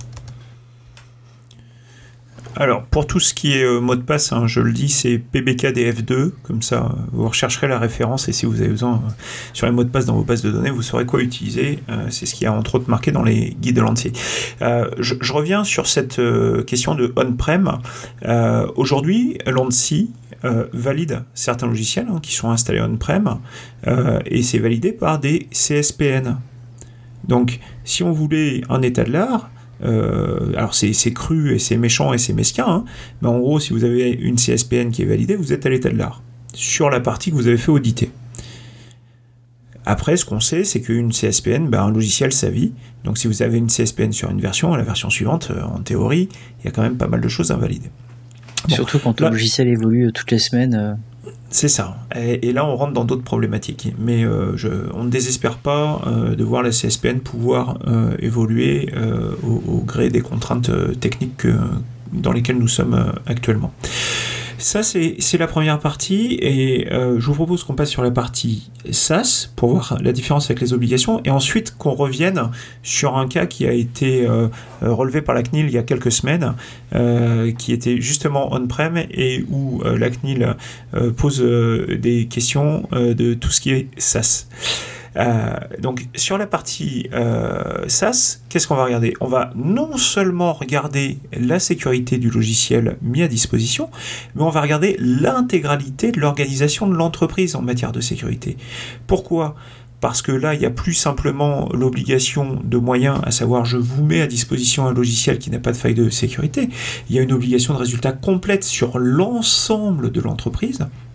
Speaker 3: Alors, pour tout ce qui est euh, mot de passe, hein, je le dis, c'est P B K D F deux, comme ça, euh, vous rechercherez la référence, et si vous avez besoin, euh, sur les mots de passe dans vos bases de données, vous saurez quoi utiliser. Euh, c'est ce qui a entre autres marqué dans les guides de l'ANSSI. Euh, je, je reviens sur cette euh, question de on-prem. Euh, aujourd'hui, l'ANSSI euh, valide certains logiciels hein, qui sont installés on-prem, euh, et c'est validé par des C S P N. Donc, si on voulait un état de l'art, Euh, alors c'est, c'est cru et c'est méchant et c'est mesquin, hein, mais en gros si vous avez une C S P N qui est validée, vous êtes à l'état de l'art sur la partie que vous avez fait auditer. Après ce qu'on sait c'est qu'une C S P N, ben, un logiciel ça vit, donc si vous avez une C S P N sur une version, à la version suivante, euh, en théorie il y a quand même pas mal de choses invalider.
Speaker 4: Bon, surtout quand là, le logiciel évolue toutes les semaines. Euh...
Speaker 3: C'est ça. Et, et là, on rentre dans d'autres problématiques. Mais euh, je, on ne désespère pas euh, de voir la C S P N pouvoir euh, évoluer euh, au, au gré des contraintes euh, techniques que, dans lesquelles nous sommes euh, actuellement. Ça, c'est, c'est la première partie. Et euh, je vous propose qu'on passe sur la partie S A S pour voir la différence avec les obligations. Et ensuite, qu'on revienne sur un cas qui a été euh, relevé par la C N I L il y a quelques semaines, euh, qui était justement on-prem et où euh, la C N I L euh, pose euh, des questions euh, de tout ce qui est S A S. Euh, donc sur la partie euh, S A S, qu'est-ce qu'on va regarder ? On va non seulement regarder la sécurité du logiciel mis à disposition, mais on va regarder l'intégralité de l'organisation de l'entreprise en matière de sécurité. Pourquoi ? Parce que là, il n'y a plus simplement l'obligation de moyens, à savoir je vous mets à disposition un logiciel qui n'a pas de faille de sécurité. Il y a une obligation de résultat complète sur l'ensemble de l'entreprise,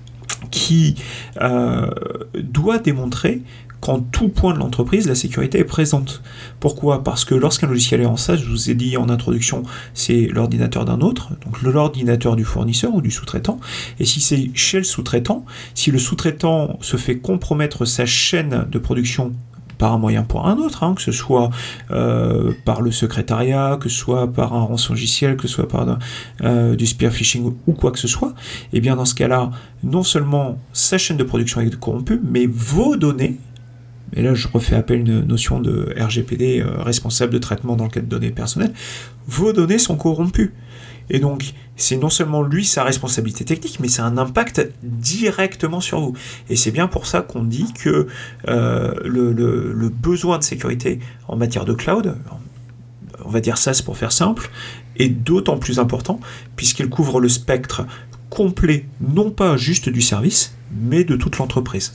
Speaker 3: qui euh, doit démontrer qu'en tout point de l'entreprise, la sécurité est présente. Pourquoi ? Parce que lorsqu'un logiciel est en SaaS, je vous ai dit en introduction, c'est l'ordinateur d'un autre, donc l'ordinateur du fournisseur ou du sous-traitant. Et si c'est chez le sous-traitant, si le sous-traitant se fait compromettre sa chaîne de production par un moyen pour un autre, hein, que ce soit euh, par le secrétariat, que ce soit par un rançongiciel, que ce soit par euh, du spear phishing ou quoi que ce soit, et bien dans ce cas-là, non seulement sa chaîne de production est corrompue, mais vos données, et là je refais appel à une notion de R G P D, euh, responsable de traitement dans le cas de données personnelles, vos données sont corrompues. Et donc, c'est non seulement lui sa responsabilité technique, mais c'est un impact directement sur vous. Et c'est bien pour ça qu'on dit que euh, le, le, le besoin de sécurité en matière de cloud, on va dire SaaS pour faire simple, est d'autant plus important, puisqu'il couvre le spectre complet, non pas juste du service, mais de toute l'entreprise.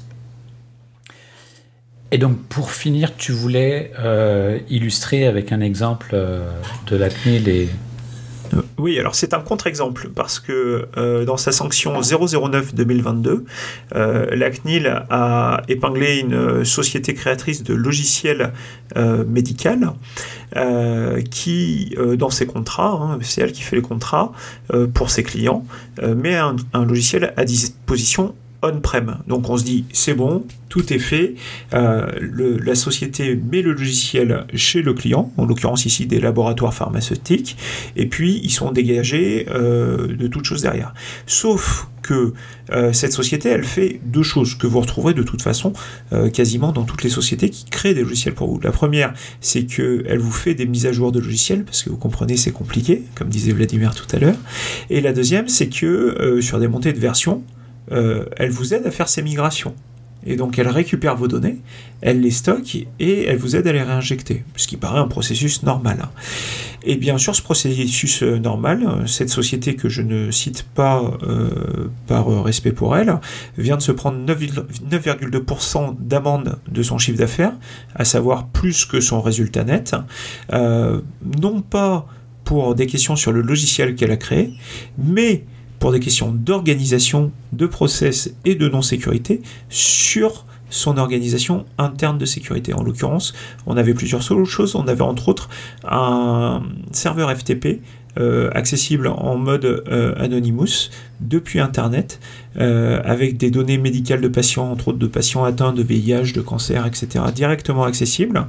Speaker 1: Et donc, pour finir, tu voulais euh, illustrer avec un exemple euh, de la C N I L et...
Speaker 3: Oui, alors c'est un contre-exemple parce que euh, dans sa sanction zéro zéro neuf deux mille vingt-deux, euh, la C N I L a épinglé une société créatrice de logiciels euh, médical euh, qui, euh, dans ses contrats, hein, c'est elle qui fait les contrats euh, pour ses clients, euh, met un, un logiciel à disposition on-prem. Donc on se dit, c'est bon, tout est fait, euh, le, la société met le logiciel chez le client, en l'occurrence ici des laboratoires pharmaceutiques, et puis ils sont dégagés euh, de toute chose derrière. Sauf que euh, cette société, elle fait deux choses que vous retrouverez de toute façon euh, quasiment dans toutes les sociétés qui créent des logiciels pour vous. La première, c'est qu'elle vous fait des mises à jour de logiciels, parce que vous comprenez, c'est compliqué, comme disait Vladimir tout à l'heure. Et la deuxième, c'est que euh, sur des montées de version, Euh, elle vous aide à faire ces migrations. Et donc elle récupère vos données, elle les stocke et elle vous aide à les réinjecter, ce qui paraît un processus normal. Et bien sûr, ce processus normal, cette société que je ne cite pas euh, par respect pour elle, vient de se prendre neuf virgule deux pour cent d'amende de son chiffre d'affaires, à savoir plus que son résultat net, euh, non pas pour des questions sur le logiciel qu'elle a créé, mais pour des questions d'organisation, de process et de non-sécurité sur son organisation interne de sécurité. En l'occurrence, on avait plusieurs choses. On avait entre autres un serveur F T P euh, accessible en mode euh, Anonymous depuis Internet, euh, avec des données médicales de patients, entre autres de patients atteints de V I H, de cancer, et cetera, directement accessibles.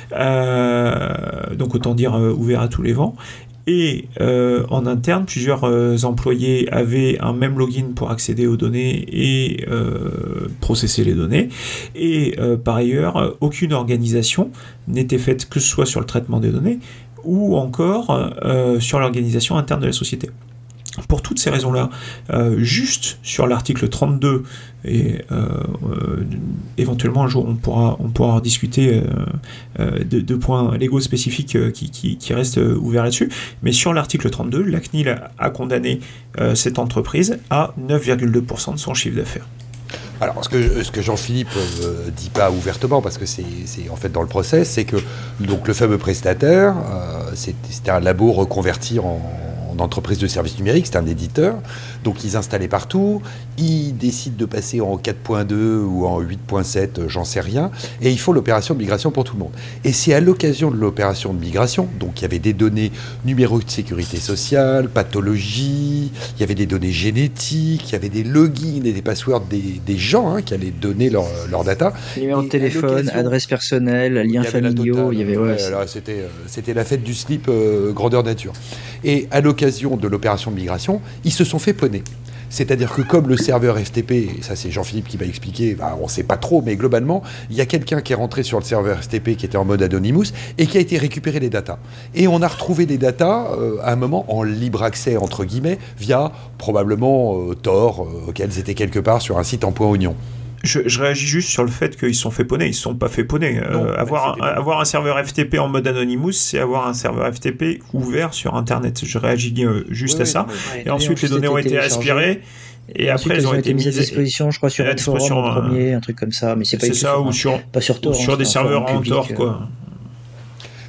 Speaker 3: Euh, donc autant dire euh, ouvert à tous les vents. Et euh, en interne, plusieurs euh, employés avaient un même login pour accéder aux données et euh, processer les données. Et euh, par ailleurs, aucune organisation n'était faite, que ce soit sur le traitement des données ou encore euh, sur l'organisation interne de la société. Pour toutes ces raisons-là, euh, juste sur l'article trente-deux, et euh, euh, éventuellement un jour on pourra, on pourra discuter euh, euh, de, de points légaux spécifiques euh, qui, qui, qui restent euh, ouverts là-dessus, mais sur l'article trente-deux, la C N I L a, a condamné euh, cette entreprise à neuf virgule deux pour cent de son chiffre d'affaires.
Speaker 2: Alors, ce que, ce que Jean-Philippe ne euh, dit pas ouvertement, parce que c'est, c'est en fait dans le process, c'est que donc, le fameux prestataire, euh, c'est, c'était un labo reconverti en, en entreprise de services numériques, c'est un éditeur, donc ils installaient partout, ils décident de passer en quatre point deux ou en huit point sept, j'en sais rien, et ils font l'opération de migration pour tout le monde. Et c'est à l'occasion de l'opération de migration, donc il y avait des données, numéro de sécurité sociale, pathologie, il y avait des données génétiques, il y avait des logins et des passwords des, des gens hein, qui allaient donner leur, leur data.
Speaker 4: Numéro de téléphone, adresse personnelle, liens familiaux, il y avait... Ouais,
Speaker 2: ouais, alors, c'était, c'était la fête du slip euh, grandeur nature. Et à l'occasion de l'opération de migration, ils se sont fait poney. C'est-à-dire que comme le serveur F T P, ça c'est Jean-Philippe qui va expliquer, bah, on ne sait pas trop, mais globalement, il y a quelqu'un qui est rentré sur le serveur F T P qui était en mode Anonymous et qui a été récupérer les datas. Et on a retrouvé les datas euh, à un moment en libre accès, entre guillemets, via probablement euh, Tor, euh, qu'elles étaient quelque part sur un site en point oignon.
Speaker 3: Je, je réagis juste sur le fait qu'ils se sont fait poney. Ils se sont pas fait poney. Non, euh, avoir, un, avoir un serveur F T P en mode Anonymous, c'est avoir un serveur F T P ouvert sur Internet. Je réagis euh, juste oui, à ça. Oui, oui. Et, et ensuite, les données ont été aspirées. Et, et après, elles ont été mises à
Speaker 4: disposition, je crois, sur un forum en premier, un truc comme ça. Mais c'est pas
Speaker 3: c'est ça, ou sur,
Speaker 4: pas sur Tor,
Speaker 3: ou sur
Speaker 4: hein,
Speaker 3: des serveurs en Tor, quoi.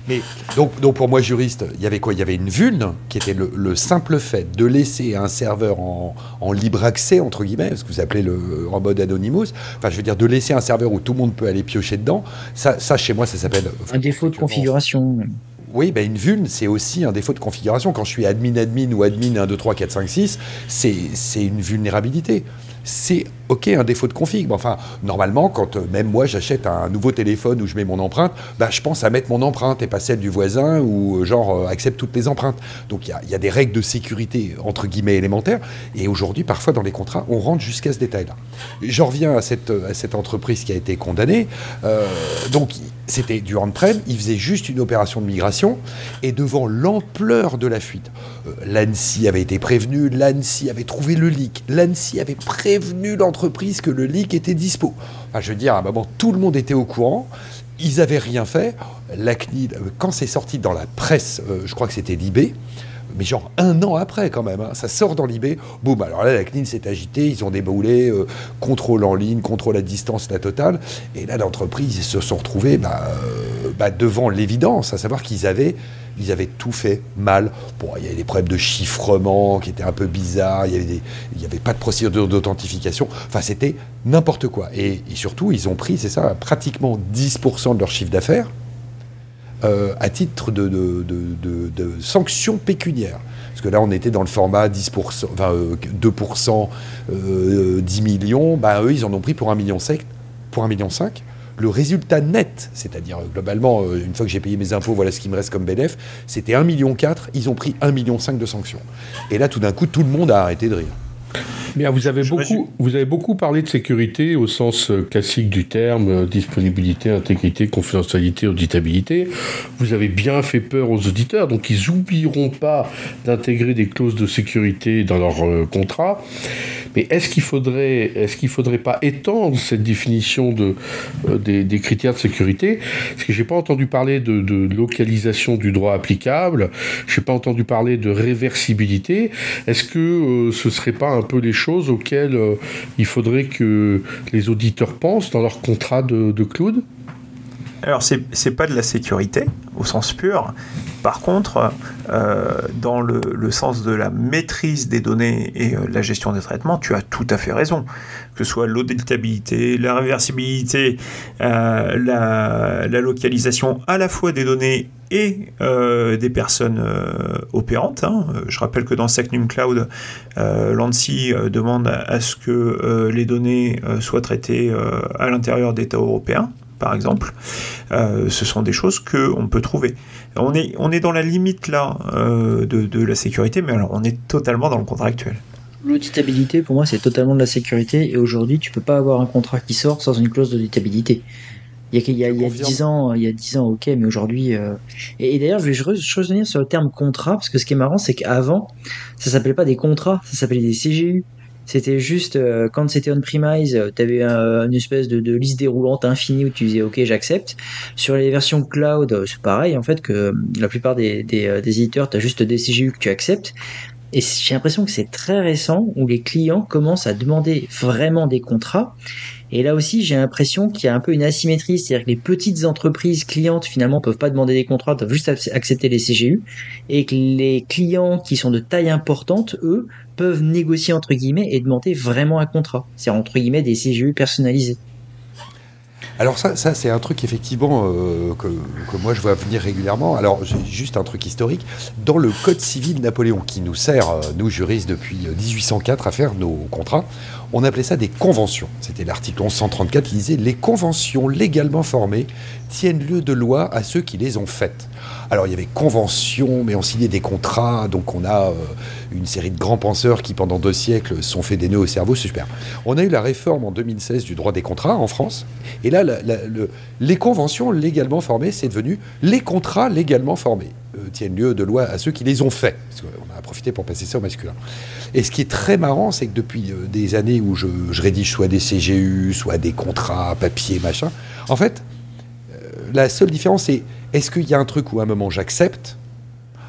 Speaker 2: Mais donc, donc pour moi, juriste, il y avait quoi? Il y avait une vulne qui était le, le simple fait de laisser un serveur en, en libre accès, entre guillemets, ce que vous appelez le, en mode Anonymous. Enfin, je veux dire, de laisser un serveur où tout le monde peut aller piocher dedans. Ça, ça chez moi, ça s'appelle...
Speaker 4: Un défaut de configuration.
Speaker 2: Oui, ben une vulne, c'est aussi un défaut de configuration. Quand je suis admin admin ou admin un, deux, trois, quatre, cinq, six, c'est, c'est une vulnérabilité. C'est ok un défaut de config. Mais enfin, normalement, quand euh, même moi j'achète un nouveau téléphone où je mets mon empreinte, bah, je pense à mettre mon empreinte et pas celle du voisin ou euh, genre euh, accepte toutes les empreintes. Donc il y, y a des règles de sécurité entre guillemets élémentaires. Et aujourd'hui, parfois dans les contrats, on rentre jusqu'à ce détail-là. J'en reviens à cette, à cette entreprise qui a été condamnée. Euh, donc c'était du on-prem, il faisait juste une opération de migration et devant l'ampleur de la fuite, euh, l'ANSSI avait été prévenu, l'ANSSI avait trouvé le leak, l'ANSSI avait prévenu l'entreprise que le leak était dispo. Enfin, je veux dire, à un moment, tout le monde était au courant, ils n'avaient rien fait. La C N I L, quand c'est sorti dans la presse, euh, je crois que c'était Libé, mais genre un an après quand même, hein, ça sort dans l'I B, boum, alors là la C N I L s'est agitée, ils ont déboulé, euh, contrôle en ligne, contrôle à distance, la totale, et là l'entreprise, ils se sont retrouvés bah, euh, bah, devant l'évidence, à savoir qu'ils avaient, ils avaient tout fait mal. Bon, il y avait des problèmes de chiffrement qui étaient un peu bizarres, il n'y avait pas de procédure d'authentification, enfin c'était n'importe quoi, et, et surtout ils ont pris, c'est ça, pratiquement dix pour cent de leur chiffre d'affaires, Euh, à titre de, de, de, de, de sanctions pécuniaires. Parce que là, on était dans le format dix pour cent, enfin, euh, deux pour cent, euh, dix millions. Bah, eux, ils en ont pris pour un million cinq. Pour un million cinq. Le résultat net, c'est-à-dire globalement, euh, une fois que j'ai payé mes impôts, voilà ce qui me reste comme bénéfice, c'était un million quatre. Ils ont pris un million cinq de sanctions. Et là, tout d'un coup, tout le monde a arrêté de rire.
Speaker 5: Bien, vous avez beaucoup, vous avez beaucoup parlé de sécurité au sens classique du terme, euh, disponibilité, intégrité, confidentialité, auditabilité. Vous avez bien fait peur aux auditeurs, donc ils n'oublieront pas d'intégrer des clauses de sécurité dans leur euh, contrat. Mais est-ce qu'il faudrait, est-ce qu'il faudrait pas étendre cette définition de, euh, des, des critères de sécurité? Parce que j'ai pas entendu parler de, de localisation du droit applicable, j'ai pas entendu parler de réversibilité. Est-ce que euh, ce serait pas un peu les choses auxquelles euh, il faudrait que les auditeurs pensent dans leur contrat de, de cloud?
Speaker 3: Alors, c'est, c'est pas de la sécurité, au sens pur. Par contre, euh, dans le, le sens de la maîtrise des données et euh, la gestion des traitements, tu as tout à fait raison. Que ce soit l'auditabilité, la réversibilité, euh, la, la localisation à la fois des données et euh, des personnes euh, opérantes. Hein. Je rappelle que dans Secnum Cloud, euh, l'ANSSI euh, demande à, à ce que euh, les données euh, soient traitées euh, à l'intérieur d'États européens, par exemple. Euh, ce sont des choses qu'on peut trouver. On est, on est dans la limite là euh, de, de la sécurité, mais alors on est totalement dans le contrat actuel.
Speaker 4: L'auditabilité, pour moi, c'est totalement de la sécurité, et aujourd'hui, tu peux pas avoir un contrat qui sort sans une clause d'auditabilité. Il y a, il y a, il y a dix ans, il y a dix ans, ok, mais aujourd'hui, euh... et, et d'ailleurs, je vais je revenir sur le terme contrat, parce que ce qui est marrant, c'est qu'avant, ça s'appelait pas des contrats, ça s'appelait des C G U. C'était juste, euh, quand c'était on-premise, euh, t'avais un, une espèce de, de liste déroulante infinie où tu disais ok, j'accepte. Sur les versions cloud, euh, c'est pareil, en fait, que euh, la plupart des, des, euh, des éditeurs, t'as juste des C G U que tu acceptes. Et j'ai l'impression que c'est très récent où les clients commencent à demander vraiment des contrats. Et là aussi, j'ai l'impression qu'il y a un peu une asymétrie, c'est-à-dire que les petites entreprises clientes, finalement, peuvent pas demander des contrats, doivent juste accepter les C G U, et que les clients qui sont de taille importante, eux, peuvent négocier, entre guillemets, et demander vraiment un contrat. C'est entre guillemets des C G U personnalisés.
Speaker 2: Alors ça, ça c'est un truc effectivement euh, que, que moi je vois venir régulièrement. Alors j'ai juste un truc historique. Dans le Code civil Napoléon, qui nous sert, euh, nous juristes, depuis dix-huit cent quatre à faire nos contrats, on appelait ça des conventions. C'était l'article onze cent trente-quatre qui disait « Les conventions légalement formées tiennent lieu de loi à ceux qui les ont faites ». Alors il y avait conventions, mais on signait des contrats, donc on a euh, une série de grands penseurs qui pendant deux siècles se sont fait des nœuds au cerveau, c'est super. On a eu la réforme en deux mille seize du droit des contrats en France, et là la, la, le, les conventions légalement formées, c'est devenu les contrats légalement formés, euh, tiennent lieu de loi à ceux qui les ont faits, parce qu'on a profité pour passer ça au masculin. Et ce qui est très marrant, c'est que depuis euh, des années où je, je rédige soit des C G U, soit des contrats, papier, machin, en fait, euh, la seule différence c'est est-ce qu'il y a un truc où à un moment j'accepte ?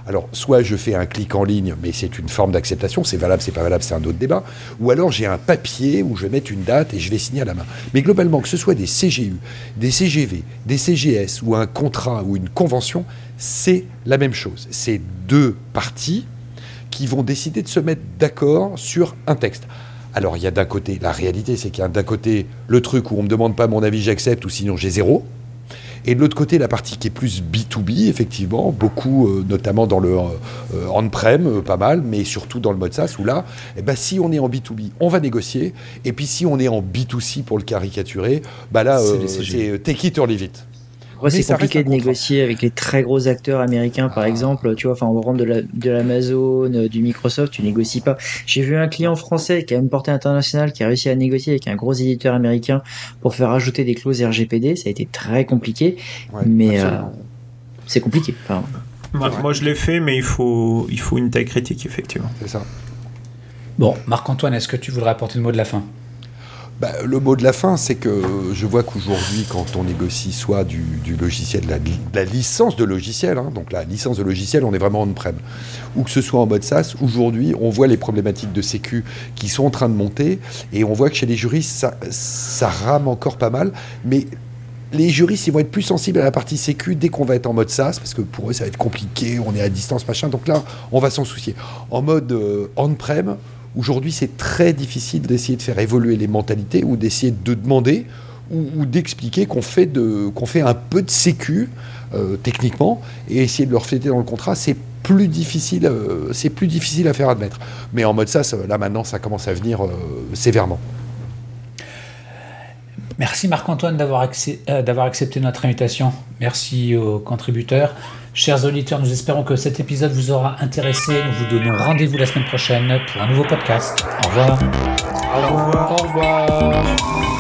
Speaker 2: Alors, soit je fais un clic en ligne, mais c'est une forme d'acceptation, c'est valable, c'est pas valable, c'est un autre débat. Ou alors j'ai un papier où je vais mettre une date et je vais signer à la main. Mais globalement, que ce soit des C G U, des C G V, des C G S ou un contrat ou une convention, c'est la même chose. C'est deux parties qui vont décider de se mettre d'accord sur un texte. Alors, il y a d'un côté, la réalité, c'est qu'il y a d'un côté le truc où on ne me demande pas mon avis, j'accepte, ou sinon j'ai zéro. Et de l'autre côté, la partie qui est plus B deux B, effectivement, beaucoup, euh, notamment dans le euh, on-prem, euh, pas mal, mais surtout dans le mode SaaS, où là, eh ben, si on est en B deux B, on va négocier. Et puis si on est en B deux C, pour le caricaturer, bah là, euh, c'est, c'est take it or leave it.
Speaker 4: Ouais, c'est compliqué de négocier avec les très gros acteurs américains, par ah. exemple. Tu vois, enfin, on va prendre de, la, de l'Amazon, du Microsoft, tu négocies pas. J'ai vu un client français qui a une portée internationale qui a réussi à négocier avec un gros éditeur américain pour faire ajouter des clauses R G P D. Ça a été très compliqué, ouais, mais euh, c'est compliqué. Enfin,
Speaker 3: moi, moi, je l'ai fait, mais il faut, il faut une taille critique, effectivement.
Speaker 2: C'est ça.
Speaker 1: Bon, Marc-Antoine, est-ce que tu voudrais apporter le mot de la fin ?
Speaker 2: Bah, le mot de la fin, c'est que je vois qu'aujourd'hui, quand on négocie soit du, du logiciel, de la, de la licence de logiciel, hein, donc la licence de logiciel, on est vraiment on-prem, ou que ce soit en mode SaaS, aujourd'hui, on voit les problématiques de sécu qui sont en train de monter, et on voit que chez les juristes, ça, ça rame encore pas mal, mais les juristes, ils vont être plus sensibles à la partie sécu dès qu'on va être en mode SaaS, parce que pour eux, ça va être compliqué, on est à distance, machin, donc là, on va s'en soucier. En mode euh, on-prem, aujourd'hui, c'est très difficile d'essayer de faire évoluer les mentalités ou d'essayer de demander ou, ou d'expliquer qu'on fait, de, qu'on fait un peu de sécu euh, techniquement et essayer de le refléter dans le contrat, c'est plus difficile, euh, c'est plus difficile à faire admettre. Mais en mode SaaS, là maintenant, ça commence à venir euh, sévèrement.
Speaker 1: Merci Marc-Antoine d'avoir, accé- euh, d'avoir accepté notre invitation. Merci aux contributeurs. Chers auditeurs, nous espérons que cet épisode vous aura intéressé. Nous vous donnons rendez-vous la semaine prochaine pour un nouveau podcast. Au revoir.
Speaker 3: Au revoir.
Speaker 5: Au revoir.